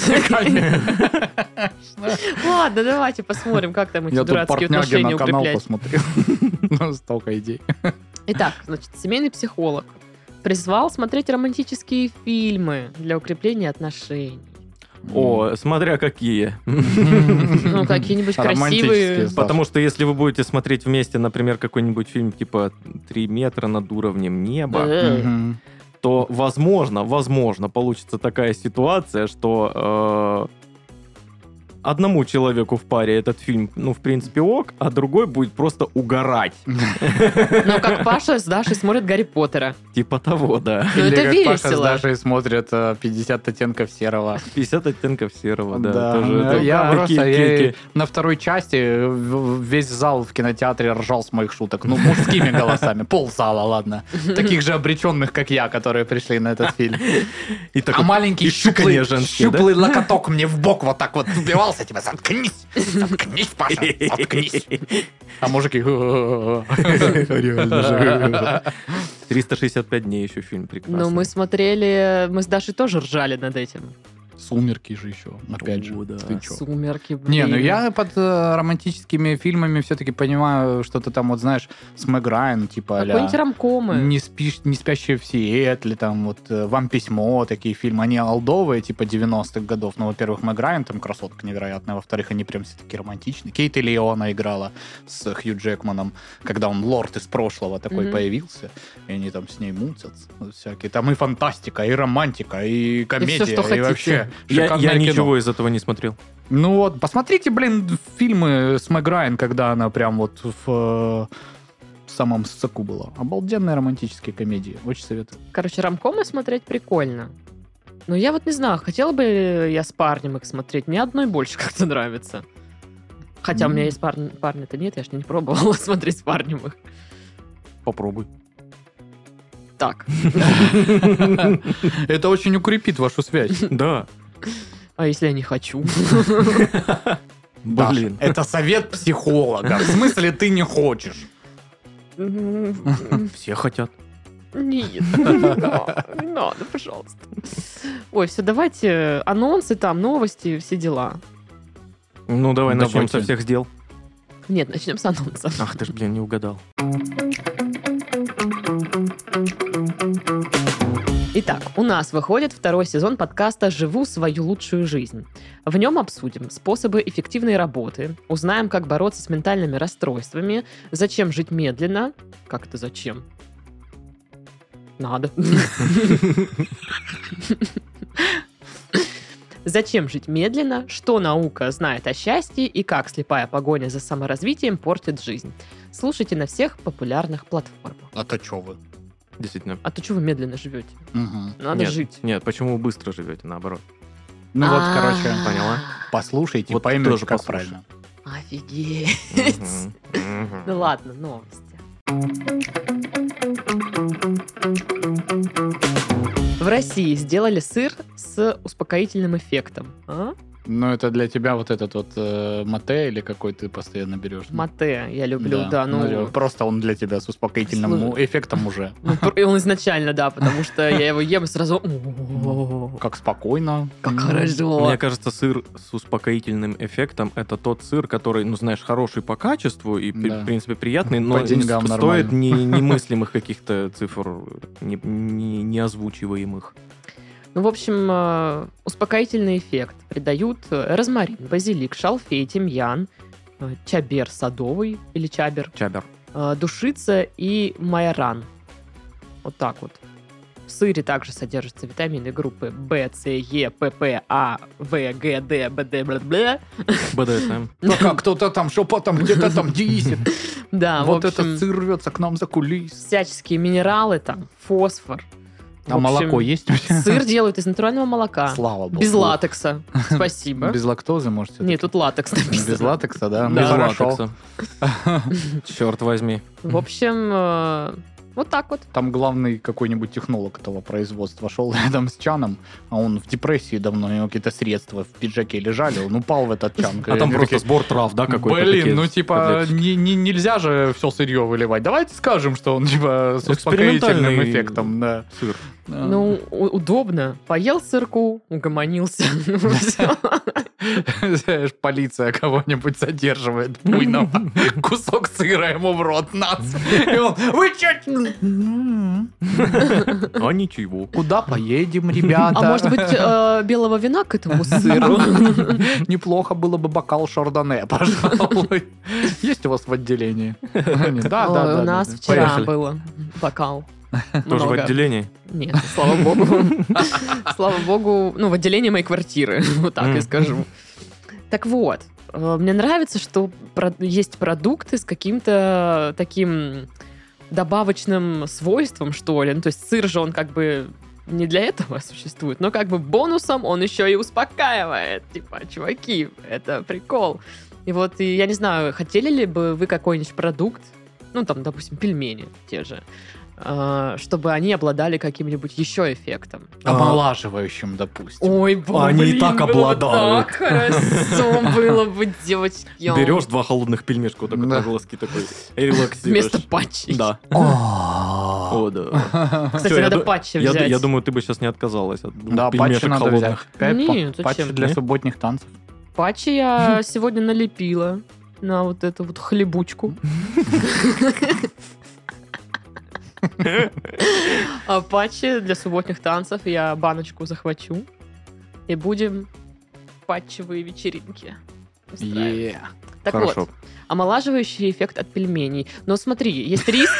A: Ладно, давайте посмотрим, как там эти
B: Я тут
A: дурацкие
B: Портняги
A: отношения
B: на канал
A: укреплять.
B: посмотрел. Ну, столько идей.
A: Итак, значит, семейный психолог призвал смотреть романтические фильмы для укрепления отношений.
C: О, смотря какие.
A: Ну, какие-нибудь
B: Романтические,
A: красивые.
B: Саш.
C: Потому что если вы будете смотреть вместе, например, какой-нибудь фильм типа «3 метра над уровнем неба»,
B: Мгм.
C: то, возможно, получится такая ситуация, что одному человеку в паре этот фильм, ну, в принципе, ок, а другой будет просто угорать.
A: Ну, как Паша с Дашей смотрят Гарри Поттера.
C: Типа того, да.
A: Ну,
B: Или
A: это
B: как Паша с
A: весело.
B: Дашей смотрят 50 оттенков серого.
C: 50 оттенков серого, да.
B: Да,
C: тоже,
B: ну,
C: да.
B: я просто
C: Такие-
B: на второй части весь зал в кинотеатере ржал с моих шуток. Ну, мужскими голосами. Ползала, ладно. Таких же обреченных, как я, которые пришли на этот фильм.
C: И
B: А
C: такой-
B: маленький
C: и шиканье
B: щуплый,
C: женские, да?
B: щуплый локоток мне в бок вот так вот вбивался. Типа, заткнись, заткнись, Паша, заткнись. А мужики...
C: Реально же. 365 дней еще фильм прекрасный.
A: Ну, мы смотрели, мы с Дашей тоже ржали над этим.
B: Сумерки же еще, опять же.
C: О, да.
B: Ты чё?
A: Сумерки, блин.
B: Не, ну я под романтическими фильмами все-таки понимаю, что-то там, вот знаешь, с Мэг Райан, типа
A: Какой-нибудь рамкомы.
B: не спящие в Сиэтле, там вот «Вам письмо», такие фильмы, они олдовые, типа 90-х годов. Ну, во-первых, Мэг Райан там красотка невероятная, во-вторых, они прям все такие романтичные. Кейт Леона играла с Хью Джекманом, когда он лорд из прошлого такой
A: Мгм.
B: появился, и они там с ней мутятся, вот всякие. Там и фантастика, и романтика, и комедия,
A: что
B: и
A: хотите.
B: вообще
C: Я
B: шикарное кино.
C: ничего из этого не смотрел.
B: Ну вот, посмотрите, блин, фильмы с Мэг Райан, когда она прям вот в самом соку была. Обалденные романтические комедии. Очень советую.
A: Короче, рамкомы смотреть прикольно. Но я вот не знаю, хотела бы я с парнем их смотреть. Мне одной больше как-то нравится. Хотя у меня есть парни-то нет, я ж не пробовала смотреть с парнем их.
C: Попробуй.
A: так.
B: Это очень укрепит вашу связь.
C: Да.
A: А если я не хочу?
C: Блин.
B: Это совет психолога. В смысле ты не хочешь?
C: Все хотят.
A: Нет, не надо, пожалуйста. Ой, все, давайте анонсы там, новости, все дела.
C: Ну, давай начнем
B: Давайте.
C: со всех дел.
A: Нет, начнем с анонсов.
C: Ах ты ж, блин, не угадал.
A: Итак, у нас выходит второй сезон подкаста «Живу свою лучшую жизнь». В нем обсудим способы эффективной работы, узнаем, как бороться с ментальными расстройствами, зачем жить медленно. Как это зачем? Надо. Зачем жить медленно, что наука знает о счастье и как слепая погоня за саморазвитием портит жизнь. Слушайте на всех популярных платформах.
B: А то чё вы?
C: Действительно.
A: А то что вы медленно живете?
B: Мгм.
A: Надо
C: Нет,
A: жить.
C: Нет, почему вы быстро живете, наоборот?
B: Ну вот, короче,
C: Поняла?
B: послушайте,
C: Вот
B: поймете,
C: тоже
B: как
C: послушай.
B: правильно.
A: Офигеть.
C: Мгм.
A: Ну ладно, новости. В России сделали сыр с успокоительным эффектом. А?
B: Ну, это для тебя вот этот вот мате или какой ты постоянно берешь?
A: Мате, я люблю, да. Ну,
B: просто он для тебя с успокоительным эффектом уже.
A: и он изначально, да, потому что я его ем и сразу... «О,
B: Как спокойно.
A: Как хорошо.
C: Мне кажется, сыр с успокоительным эффектом это тот сыр, который, ну, знаешь, хороший по качеству и,
B: Да.
C: в принципе, приятный,
B: По
C: но
B: деньгам
C: стоит
B: нормально.
C: немыслимых каких-то цифр, не озвучиваемых.
A: Ну, в общем, успокоительный эффект придают розмарин, базилик, шалфей, тимьян, чабер садовый или чабер,
C: Чабер.
A: душица и майоран. Вот так вот. В сыре также содержатся витамины группы В, С, Е, ПП, А, В, Г, Д, БД, бла-бла.
C: БДСМ.
B: Ну как, кто-то там шепотом где-то там дисит.
A: Да,
B: Вот
A: в общем,
B: этот сыр рвется к нам за кулис.
A: всяческие минералы там, фосфор.
B: А
A: В общем,
B: молоко есть у тебя?
A: Сыр делают из натурального молока.
B: Слава богу.
A: Без латекса. Спасибо.
B: Без лактозы, может,
A: Нет, тут латекс написано.
B: Без латекса, да?
A: Да.
B: Ну,
C: Без
B: хорошо.
C: латекса. Черт возьми.
A: В общем, вот так вот.
B: Там главный какой-нибудь технолог этого производства шел рядом с чаном, а он в депрессии давно, у него какие-то средства в пиджаке лежали, он упал в этот чан.
C: А там
B: Они
C: просто
B: такие,
C: сбор трав, да, какой-то?
B: Блин,
C: такие
B: ну типа
C: таблеточки.
B: нельзя же все сырье выливать. Давайте скажем, что он типа с успокоительным
C: Экспериментальный
B: эффектом, да.
C: Сыр.
A: Ну, удобно. Поел сырку, угомонился. Ну, всё.
B: Знаешь, полиция кого-нибудь задерживает буйного. Кусок сыра ему в рот нац. И он, вы чё?
C: А ничего.
B: Куда поедем, ребята?
A: А может быть, белого вина к этому сыру?
B: Неплохо было бы бокал шардоне, пожалуй. Есть у вас в отделении? Да,
A: Ой,
B: да,
A: у нас
B: да.
A: вчера
C: Поехали.
A: было бокал.
C: Тоже в
A: Много.
C: отделении?
A: Нет, слава богу. Слава богу, ну, в отделении моей квартиры, вот так я скажу. Так вот, мне нравится, что есть продукты с каким-то таким добавочным свойством, что ли. Ну, то есть сыр же он как бы не для этого существует, но как бы бонусом он еще и успокаивает. Типа, чуваки, это прикол. И вот, и я не знаю, хотели ли бы вы какой-нибудь продукт, ну, там, допустим, пельмени те же, чтобы они обладали каким-нибудь еще эффектом.
B: Омолаживающим, допустим.
A: Ой, блин,
C: Они и так
A: было бы
C: обладают.
A: так хорошо было бы, девочки.
C: Берешь 2 холодных пельмешка, вот так вот
B: Да.
C: на глазки такой, и релаксируешь.
A: Вместо патчей.
C: Да.
B: О,
C: О, да.
A: Кстати,
C: Всё,
A: надо
C: ду-
A: патчи взять.
C: Я думаю, ты бы сейчас не отказалась от
B: Да, патчи
C: пельмешек
B: надо
C: холодных.
B: взять.
A: Нет,
B: Патчи
A: зачем?
B: для
C: Нет?
B: субботних танцев.
A: Патчи я сегодня налепила на вот эту вот хлебучку. А патчи для субботних танцев я баночку захвачу. И будем патчевые вечеринки устраивать. Так
C: Хорошо.
A: вот, омолаживающий эффект от пельменей. Но смотри, есть риск.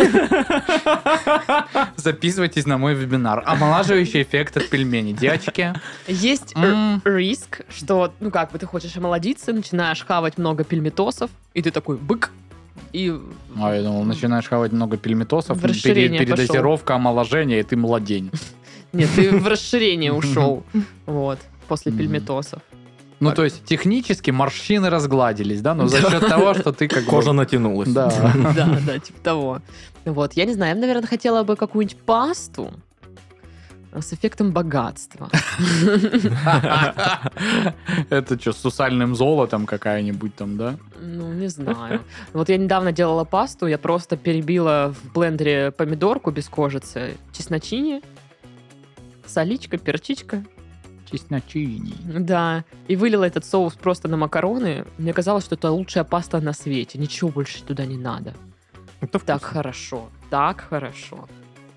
B: Записывайтесь на мой вебинар. Омолаживающий эффект от пельменей. Девочки.
A: Есть риск, что, ну как бы ты хочешь омолодиться, начинаешь хавать много пельметосов, и ты такой бык, и
B: А я думал, начинаешь хавать много пельметосов,
A: В расширение
B: передозировка, омоложение, и ты младень.
A: нет, ты в расширение ушел, вот, после пельметосов.
B: Ну, то есть, технически морщины разгладились, да? Но за счет того, что ты как бы...
C: Кожа натянулась.
B: Да.
A: Да, типа того. Вот, я не знаю, я, наверное, хотела бы какую-нибудь пасту с эффектом богатства.
B: Это что, с сусальным золотом какая-нибудь там, да?
A: Ну, не знаю. Вот я недавно делала пасту, я просто перебила в блендере помидорку без кожицы, чесночини, соличка, перчичка.
B: Чесночини.
A: Да, и вылила этот соус просто на макароны. Мне казалось, что это лучшая паста на свете. Ничего больше туда не надо.
C: Это
A: Так
C: вкусно.
A: хорошо, так хорошо.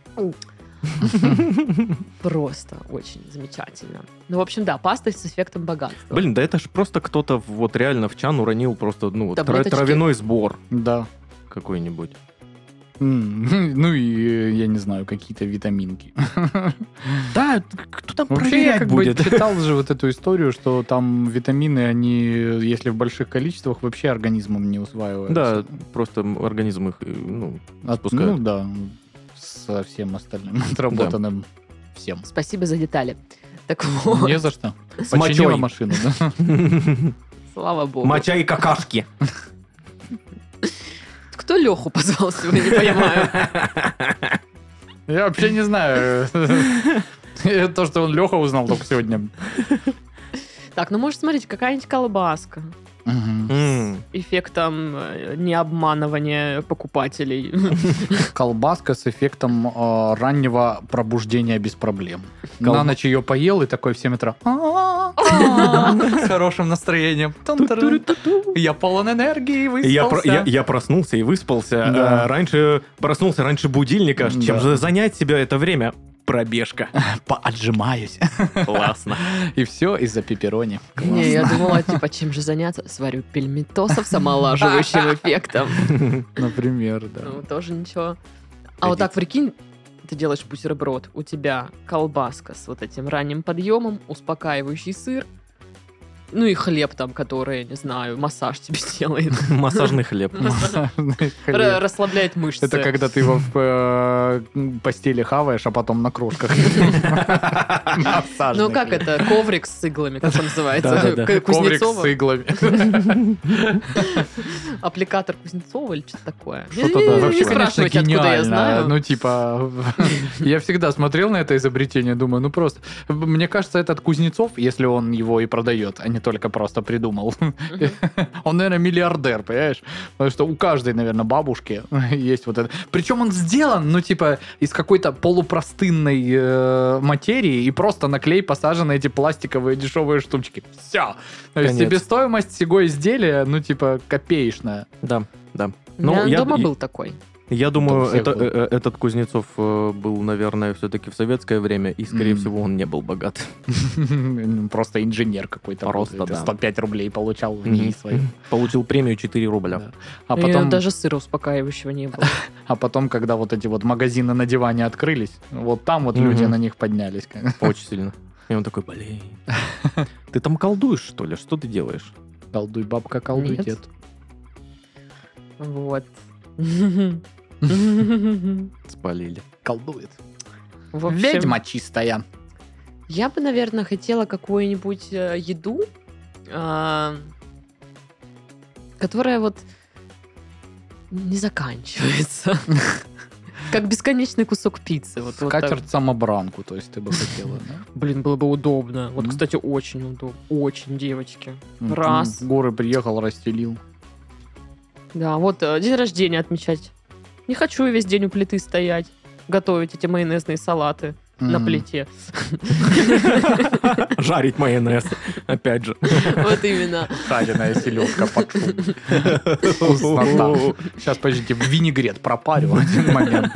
A: Просто очень замечательно. Ну, в общем, да, паста с эффектом богатства.
C: Блин, да это ж просто кто-то вот реально в чан уронил просто, ну, вот
A: Таблеточки.
C: травяной сбор
B: Да.
C: какой-нибудь.
B: Ну и, я не знаю, какие-то витаминки.
C: Да, кто там
B: Вообще, я
C: проверять
B: как бы
C: будет?
B: читал же вот эту историю, что там витамины, они, если в больших количествах, вообще организмом не усваиваются.
C: Да, просто организм их, ну, спускает.
B: Ну да, со всем остальным отработанным всем.
A: Спасибо за детали. Так вот,
B: Не за что.
C: С
B: Починила
C: мочой.
B: машину, да?
A: слава богу.
C: Моча и какашки.
A: Кто Леху позвал сегодня, не понимаю.
B: Я вообще не знаю. То, что он Леха узнал только сегодня.
A: Так, ну может, смотрите, какая-нибудь колбаска. Эффектом необманывания покупателей.
B: Колбаска с эффектом раннего пробуждения без проблем. На ночь ее поел и такой в 7 утра. С хорошим настроением. Я полон энергии, выспался.
C: Я проснулся и выспался.
B: Да.
C: Проснулся раньше будильника. Чем
B: Да.
C: же занять себя это время? Пробежка.
B: Поотжимаюсь.
C: Классно.
B: И все из-за пепперони.
A: Не, я думала, типа, чем же заняться? Сварю пельметосов с омолаживающим эффектом.
B: Например, да.
A: Ну, тоже ничего. А вот так, прикинь, ты делаешь бутерброд, у тебя колбаска с вот этим ранним подъемом, успокаивающий сыр, ну и хлеб там, который, не знаю, массаж тебе делает.
C: Массажный хлеб.
A: Расслабляет мышцы.
B: Это когда ты его в постели хаваешь, а потом на крошках.
A: Ну как это? Коврик с иглами, как он называется?
C: Да-да-да.
B: Коврик
A: Кузнецова?
B: с иглами.
A: Аппликатор Кузнецова или что-то такое?
B: Что-то,
A: Не
B: да. Вообще, конечно,
A: спрашивайте, откуда я
B: гениально.
A: знаю.
B: Ну, типа, я всегда смотрел на это изобретение, думаю, ну просто... Мне кажется, этот Кузнецов, если он его и продает, а не только просто придумал, он, наверное, миллиардер, понимаешь? Потому что у каждой, наверное, бабушки есть вот это. Причем он сделан, ну, типа, из какой-то полупростынной материи и просто на клей посажены эти пластиковые дешевые штучки. Все. То есть
C: Конец.
B: себестоимость всего изделия, ну, типа, копеечная.
C: Да, да.
A: У меня
C: Ну,
A: дома был такой.
C: Я думаю,
B: у всех был.
C: этот Кузнецов был, наверное, все-таки в советское время, и, скорее
B: Мгм.
C: всего, он не был богат.
B: Просто инженер какой-то.
C: Просто,
B: работает.
C: да.
B: 105 рублей получал в ней свою.
C: Получил премию 4 рубля.
B: Да. А
A: И
B: потом,
A: даже сыра успокаивающего не было.
B: когда вот эти вот магазины на диване открылись, вот там вот
C: Мгм.
B: люди на них поднялись.
C: Очень сильно. И он такой, блин. Ты там колдуешь, что ли? Что ты делаешь?
B: Колдуй, бабка, колдуй,
A: Нет.
B: дед.
A: Вот.
C: Спалили.
B: Колдует.
A: В общем,
B: Ведьма чистая.
A: я бы, наверное, хотела какую-нибудь еду, которая вот не заканчивается. Как бесконечный кусок пиццы. Вот так.
B: Скатерть-самобранку, то есть ты бы хотела, да?
A: Блин, было бы удобно. Вот,
B: Мгм.
A: кстати, очень удобно. Очень, девочки.
B: Ну,
A: Раз.
B: ты в горы приехал, расстелил.
A: Да, вот день рождения отмечать. Не хочу я весь день у плиты стоять, готовить эти майонезные салаты на
B: Мгм.
A: плите.
C: Жарить майонез. Опять же.
A: Вот именно.
B: Жареная селедка под шубу. Вкуснота. Сейчас, подождите, винегрет пропарю один момент.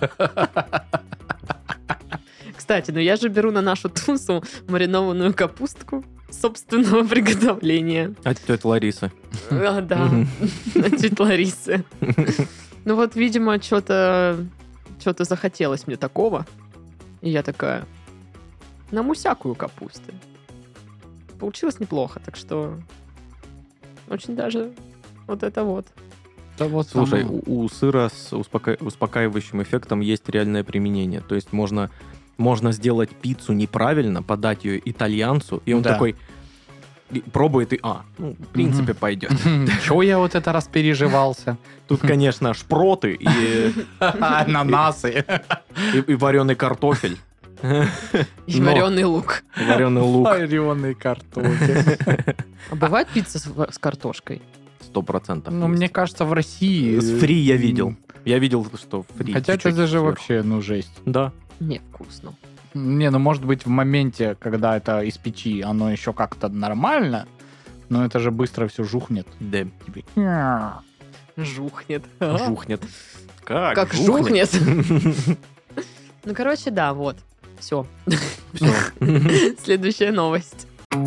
A: Кстати, ну я же беру на нашу тусу маринованную капустку собственного приготовления.
C: От тети Ларисы.
A: Да,
C: Мгм.
A: от Ларисы. Ну вот, видимо, что-то захотелось мне такого. И я такая, намусякую капусты. Получилось неплохо, так что очень даже вот это вот.
B: Да вот
C: Слушай,
B: самое.
C: у сыра с успокаивающим эффектом есть реальное применение. То есть можно сделать пиццу неправильно, подать ее итальянцу, и он
B: Да.
C: такой, И пробует и... в принципе, пойдет.
B: Чего я вот это распереживался?
C: Тут, конечно, шпроты и
B: Ананасы.
C: вареный картофель.
A: И вареный лук.
C: Вареный лук.
B: Вареный картофель.
A: А бывает пицца с картошкой?
C: 100%.
B: Ну, мне кажется, в России...
C: С фри я видел. Я видел, что фри.
B: Хотя это
C: чуть-чуть
B: даже
C: сверху.
B: вообще, жесть.
C: Да.
A: Невкусно.
B: Не, может быть, в моменте, когда это из печи, оно еще как-то нормально, но это же быстро все жухнет.
C: Да.
A: Жухнет.
C: Жухнет.
A: Как жухнет. Ну, короче, да, вот. Все.
C: Всё.
A: Следующая новость.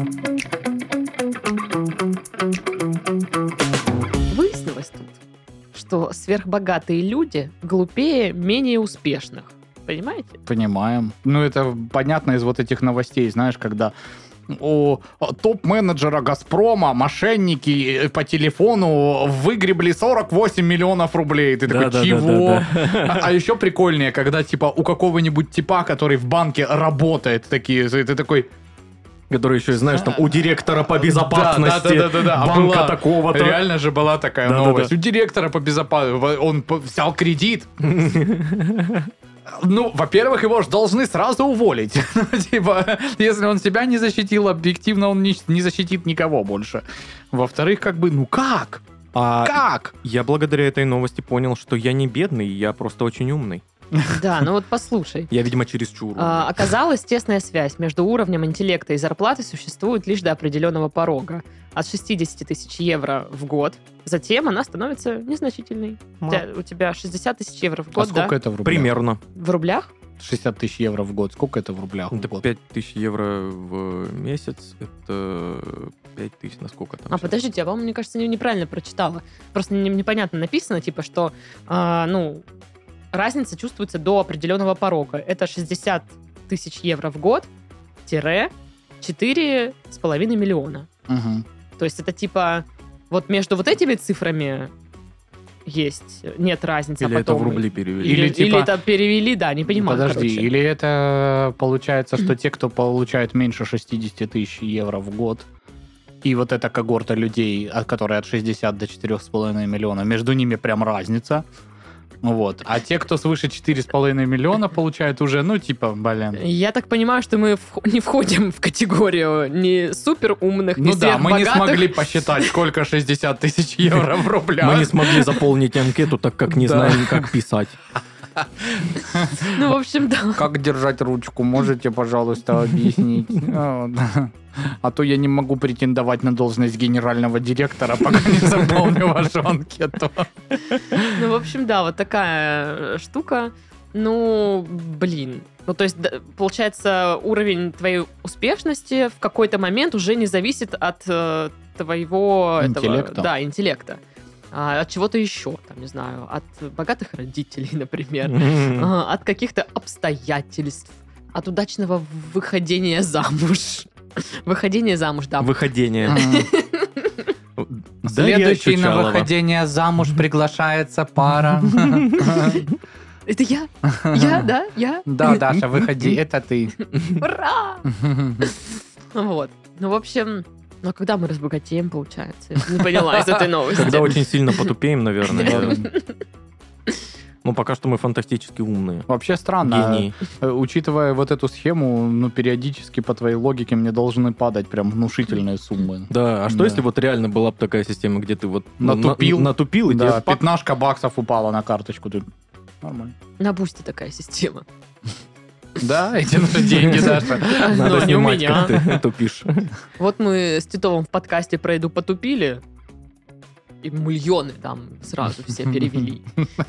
A: Выяснилось тут, что сверхбогатые люди глупее менее успешных. Понимаете?
B: Понимаем. Ну, это понятно из вот этих новостей, знаешь, когда у топ-менеджера «Газпрома» мошенники по телефону выгребли 48 миллионов рублей. Ты такой,
C: Да-да-да-да-да.
B: чего? А еще прикольнее, когда типа у какого-нибудь типа, который в банке работает, такие, ты такой...
C: Который еще, знаешь, там у директора по безопасности
B: Да.
C: банка
B: Была.
C: такого-то.
B: Реально же была такая
C: Да-да-да.
B: новость. У директора по безопасности он взял кредит. Ну, во-первых, его же должны сразу уволить. Типа, если он себя не защитил, объективно он не защитит никого больше. Во-вторых, как? Как?
C: Я благодаря этой новости понял, что я не бедный, я просто очень умный.
A: Да, ну вот послушай.
C: Я, видимо, чересчур умный.
A: Оказалось, тесная связь между уровнем интеллекта и зарплаты существует лишь до определенного порога. От 60 тысяч евро в год. Затем она становится незначительной. У тебя 60 тысяч евро в
B: А
A: год, да?
B: сколько это в рублях?
C: Примерно.
A: В рублях?
B: 60 тысяч евро в год. Сколько это в рублях в
C: Это
B: год?
C: 5000 евро в месяц, это 5000 на сколько там? сейчас?
A: Подождите, я, по-моему, мне кажется, неправильно прочитала. Просто непонятно написано, типа, что, разница чувствуется до определенного порога. Это 60 тысяч евро в год тире 4,5 миллиона.
B: Мгм.
A: То есть это типа вот между вот этими цифрами нет разницы.
C: Или
A: а
C: это
A: потом...
C: в рубли перевели?
B: Или
A: Или
B: типа-
A: это перевели, да, не понимаю.
B: Подожди,
A: короче.
B: или это получается, что те, кто получает меньше 60 тысяч евро в год, и вот эта когорта людей, которые от 60 до 4,5 миллиона, между ними прям разница. Вот. А те, кто свыше 4,5 миллиона, получают уже, блин.
A: Я так понимаю, что мы не входим в категорию не супер умных, не
B: Ну да, мы не
A: сверхбогатых.
B: смогли посчитать, сколько 60 тысяч евро в рублях.
C: Мы не смогли заполнить анкету, так как не
B: Да.
C: знаем, как писать.
A: Ну, в общем, да.
B: Как держать ручку, можете, пожалуйста, объяснить? А то я не могу претендовать на должность генерального директора, пока не заполню вашу анкету.
A: Ну, в общем, да, вот такая штука. Ну, блин. Ну, то есть, получается, уровень твоей успешности в какой-то момент уже не зависит от твоего...
B: Интеллекта.
A: Да, интеллекта. От чего-то еще, там, не знаю, от богатых родителей, например, от каких-то обстоятельств, от удачного выходения замуж. Выходение замуж, да.
C: Выходение.
B: Следующий на
C: Чучалова.
B: выходение замуж приглашается пара.
A: Это я? Я, да? Я?
B: Да, Даша, выходи, это ты.
A: Ура! Вот. Ну, в общем, а когда мы разбогатеем, получается? Я не поняла из этой новости.
C: Когда очень сильно потупеем, наверное. Ну, пока что мы фантастически умные.
B: Вообще странно.
C: Гении.
B: Учитывая вот эту схему, периодически по твоей логике мне должны падать прям внушительные суммы.
C: Да, а что
B: Да.
C: если вот реально была бы такая система, где ты вот
B: Натупил.
C: натупил и
B: Да,
C: тебе пак-
B: 15 баксов упала на карточку. Ты... Нормально.
A: На бусте такая система.
B: Да, эти наши деньги, Даша.
A: Но
C: надо
A: не у
C: снимать,
A: меня.
C: как ты тупишь.
A: Вот мы с Титовым в подкасте про еду потупили, и миллионы там сразу все перевели.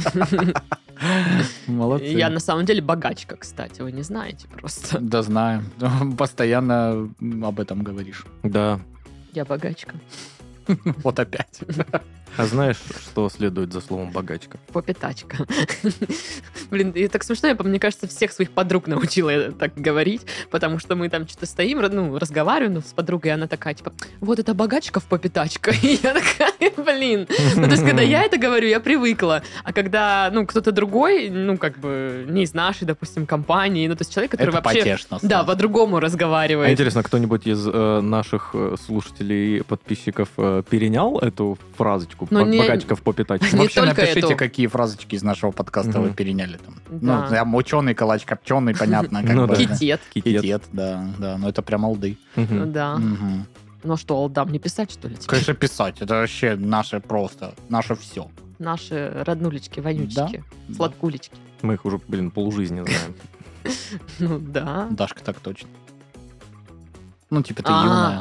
B: Молодцы.
A: Я на самом деле богачка, кстати, вы не знаете просто.
B: Да знаю. Постоянно об этом говоришь.
C: Да.
A: Я богачка.
B: Вот опять.
C: А знаешь, что следует за словом богачка?
A: Попитачка. Блин, и так смешно, мне кажется, всех своих подруг научила так говорить, потому что мы там что-то стоим, разговариваем с подругой, и она такая, типа, вот это богачка в попитачка. И я такая, блин. Ну, то есть, когда я это говорю, я привыкла. А когда, кто-то другой, не из нашей, допустим, компании, то есть человек, который
B: Это
A: вообще...
B: потешно.
A: Да, по-другому разговаривает.
C: А интересно, кто-нибудь из наших слушателей, подписчиков перенял эту фразочку «богачка в попе тачки»?
A: Не
B: Вообще
A: только
B: напишите,
A: эту.
B: какие фразочки из нашего подкаста вы переняли там.
A: Да.
B: Там ученый, калач копченый, понятно.
C: Ну да.
A: Китет.
B: Китет, да. Ну это прям олды.
A: Да.
B: Мгм.
A: Ну что, Алдам, не писать, что ли, тебе?
B: Конечно, писать. Это вообще наше все.
A: Наши роднулечки, вонючечки,
B: Да.
A: сладкулечки.
C: Мы их уже, полжизни знаем.
A: Ну да.
B: Дашка так точно. Ну, типа ты юная.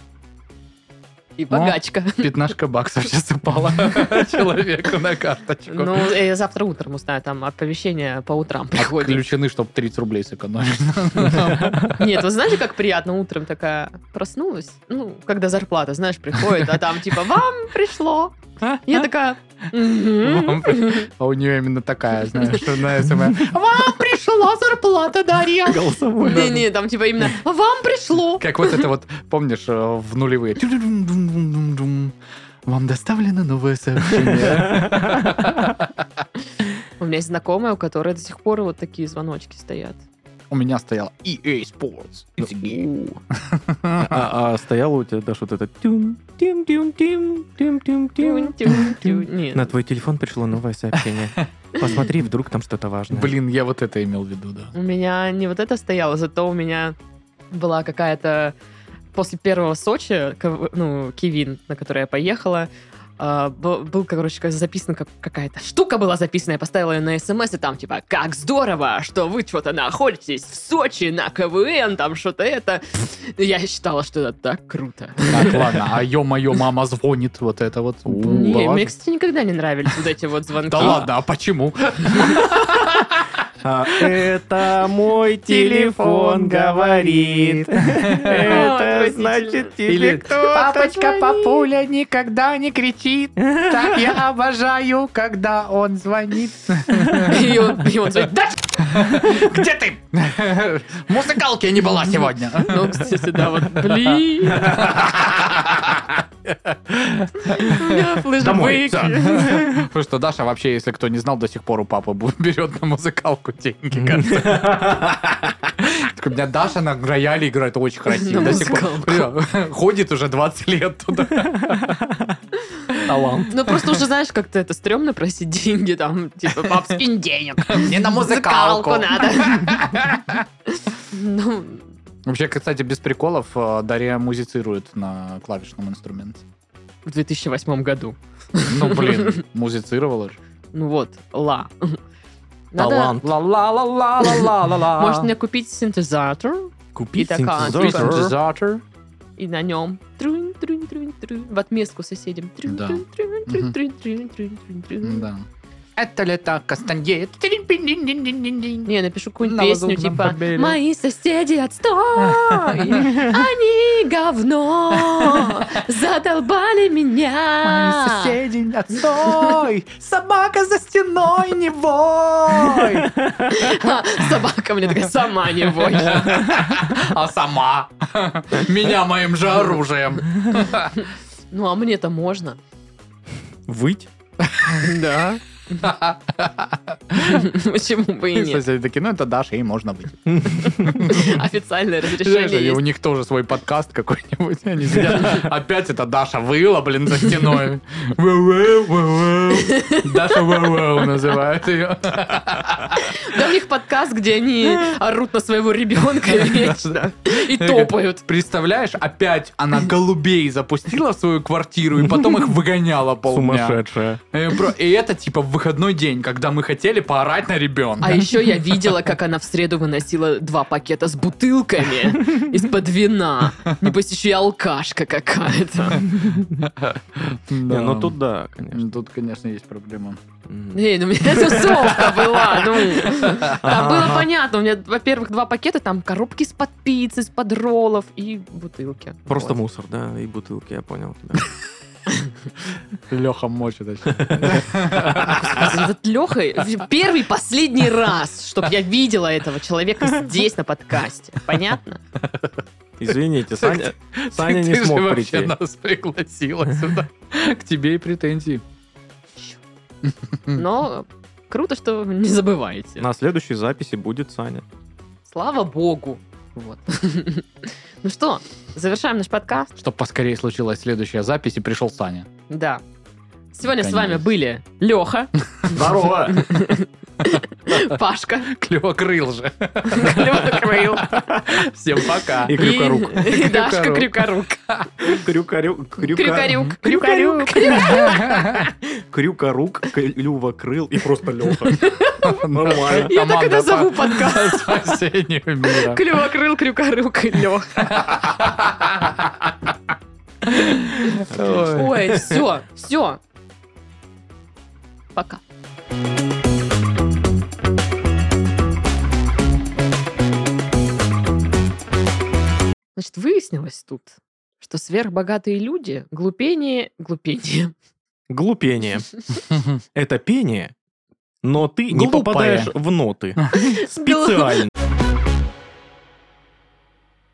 A: И богачка.
B: 15 баксов сейчас упала человеку на карточку.
A: Ну, я завтра утром узнаю, там оповещение по утрам приходит.
B: Отключены, чтобы 30 рублей сэкономить.
A: Нет, вы знаете, как приятно утром такая проснулась? Когда зарплата, знаешь, приходит, а там типа «Вам пришло». Я такая... «Мгм».
B: А у нее именно такая, знаешь, что на СМС. Вам пришла зарплата, Дарья.
C: Голосовой.
A: Не-не, там типа именно «Вам пришло».
B: Как вот это вот, помнишь, в нулевые. Вам доставлено новое сообщение.
A: У меня есть знакомая, у которой до сих пор вот такие звоночки стоят.
B: У меня стоял EA Sports. It's a game.
C: А стояло у тебя, Даш, вот это тюн-тюн-тюн-тюн-тюн-тюн.
A: Нет.
C: На твой телефон пришло новое сообщение. Посмотри, вдруг там что-то важное.
B: Блин, я вот это имел в виду, да.
A: У меня не вот это стояло, зато у меня была какая-то... После первого Сочи, Кивин, на который я поехала, был, записана какая-то штука была записана, я поставила ее на СМС, и там типа, как здорово, что вы что-то находитесь в Сочи на КВН, там что-то это. Я считала, что это так круто.
B: Так, ладно, а ё-моё, мама звонит, вот это вот.
A: Не,
B: Была?
A: мне, кстати, никогда не нравились вот эти вот звонки.
B: Да ладно, а почему?
C: Это мой телефон говорит. Это значит тебе кто-то
B: Папочка, папуля никогда не кричит. Так я обожаю, когда он звонит.
A: И он звонит, да!
B: Где ты? В музыкалке не была сегодня.
A: Ну, кстати, да, вот, блин. У меня
C: Домой,
A: флешбеки.
B: Потому что Даша вообще, если кто не знал, до сих пор у папы берет на музыкалку деньги. У меня Даша на рояле играет очень красиво.
A: На
B: До сих пор.
A: музыкалку.
B: Ходит уже 20 лет туда. Талант.
A: Ну, просто уже, знаешь, как-то это стрёмно просить деньги, там, типа, пап, скинь денег.
B: Мне на музыкалку.
A: надо. Ну,
B: Вообще, кстати, без приколов, Дарья музицирует на клавишном инструменте.
A: в 2008 году.
B: Ну, блин, музицировала же.
A: Ну вот, ла. Надо,
C: Талант.
B: Ла-ла-ла-ла-ла-ла-ла.
A: может, мне купить синтезатор
C: Купить
A: И такая,
C: синтезатор.
B: Синтезатор.
A: и на нем в отместку соседям.
B: Да.
A: Не,
B: Да. Это лето Кастанье.
A: напишу какую-нибудь
B: На
A: песню,
B: лазурном
A: типа
B: побере.
A: «Мои соседи, отстой! Они говно! Задолбали меня!»
B: соседи, отстой! Собака за стеной, не вой!
A: А собака мне такая, сама не вой.
B: А сама меня моим же оружием.
A: Ну, а мне-то можно.
C: Выть?
A: Да. Почему бы и нет?
B: Соседи такие, ну это Даша, ей можно быть.
A: Официальное
B: Знаешь,
A: разрешение
B: и у
A: есть.
B: них тоже свой подкаст какой-нибудь. Они сидят, опять это Даша выла, блин, за стеной. Даша Вау называют ее.
A: Да, у них подкаст, где они орут на своего ребенка вечно и топают.
B: Представляешь, опять она голубей запустила в свою квартиру и потом их выгоняла полдня.
C: Сумасшедшая.
B: И это типа в выходной день, когда мы хотели поорать на ребенка.
A: А еще я видела, как она в среду выносила 2 пакета с бутылками из-под вина. Небось, еще и алкашка какая-то.
C: Не, ну тут да, конечно.
B: Тут, конечно, есть проблема.
A: Эй, ну у меня тусовка была, ну. Там было понятно. У меня, во-первых, 2 пакета, там коробки из-под пиццы, из-под роллов и бутылки.
C: Просто
A: Вот.
C: мусор, да, и бутылки, я понял тебя.
B: Леха мочит.
A: Этот Леха первый, последний раз, чтобы я видела этого человека здесь, на подкасте. Понятно?
C: Извините, Саня не
B: Ты же
C: смог
B: вообще
C: прийти.
B: нас пригласила сюда. К тебе и претензии.
A: Но круто, что не забываете.
C: На следующей записи будет Саня.
A: Слава богу. Вот. Ну что, завершаем наш подкаст.
B: Чтобы поскорее случилась следующая запись и пришел Саня.
A: Да. Сегодня с
B: Конечно.
A: вами были Леха,
C: Здорово!
A: Пашка,
B: Клевокрыл же.
A: Клёвокрыл
B: Всем пока.
C: И Крюкорук.
A: и Дашка Крюкорук.
C: Крюкорюк.
A: Крюкорюк. Крюкорюк.
C: Крюкорук, Клювокрыл и просто Леха. Нормально.
A: Я так и
B: Команда
A: назову
B: по
A: подкаст.
B: спасению мира.
A: Клювокрыл, Крюкорук и Леха.
B: Ой.
A: Ой, все. Пока. Значит, выяснилось тут, что сверхбогатые люди глупее.
C: Глупение. Это пение, но ты не
B: Глупое.
C: попадаешь в ноты. Специально.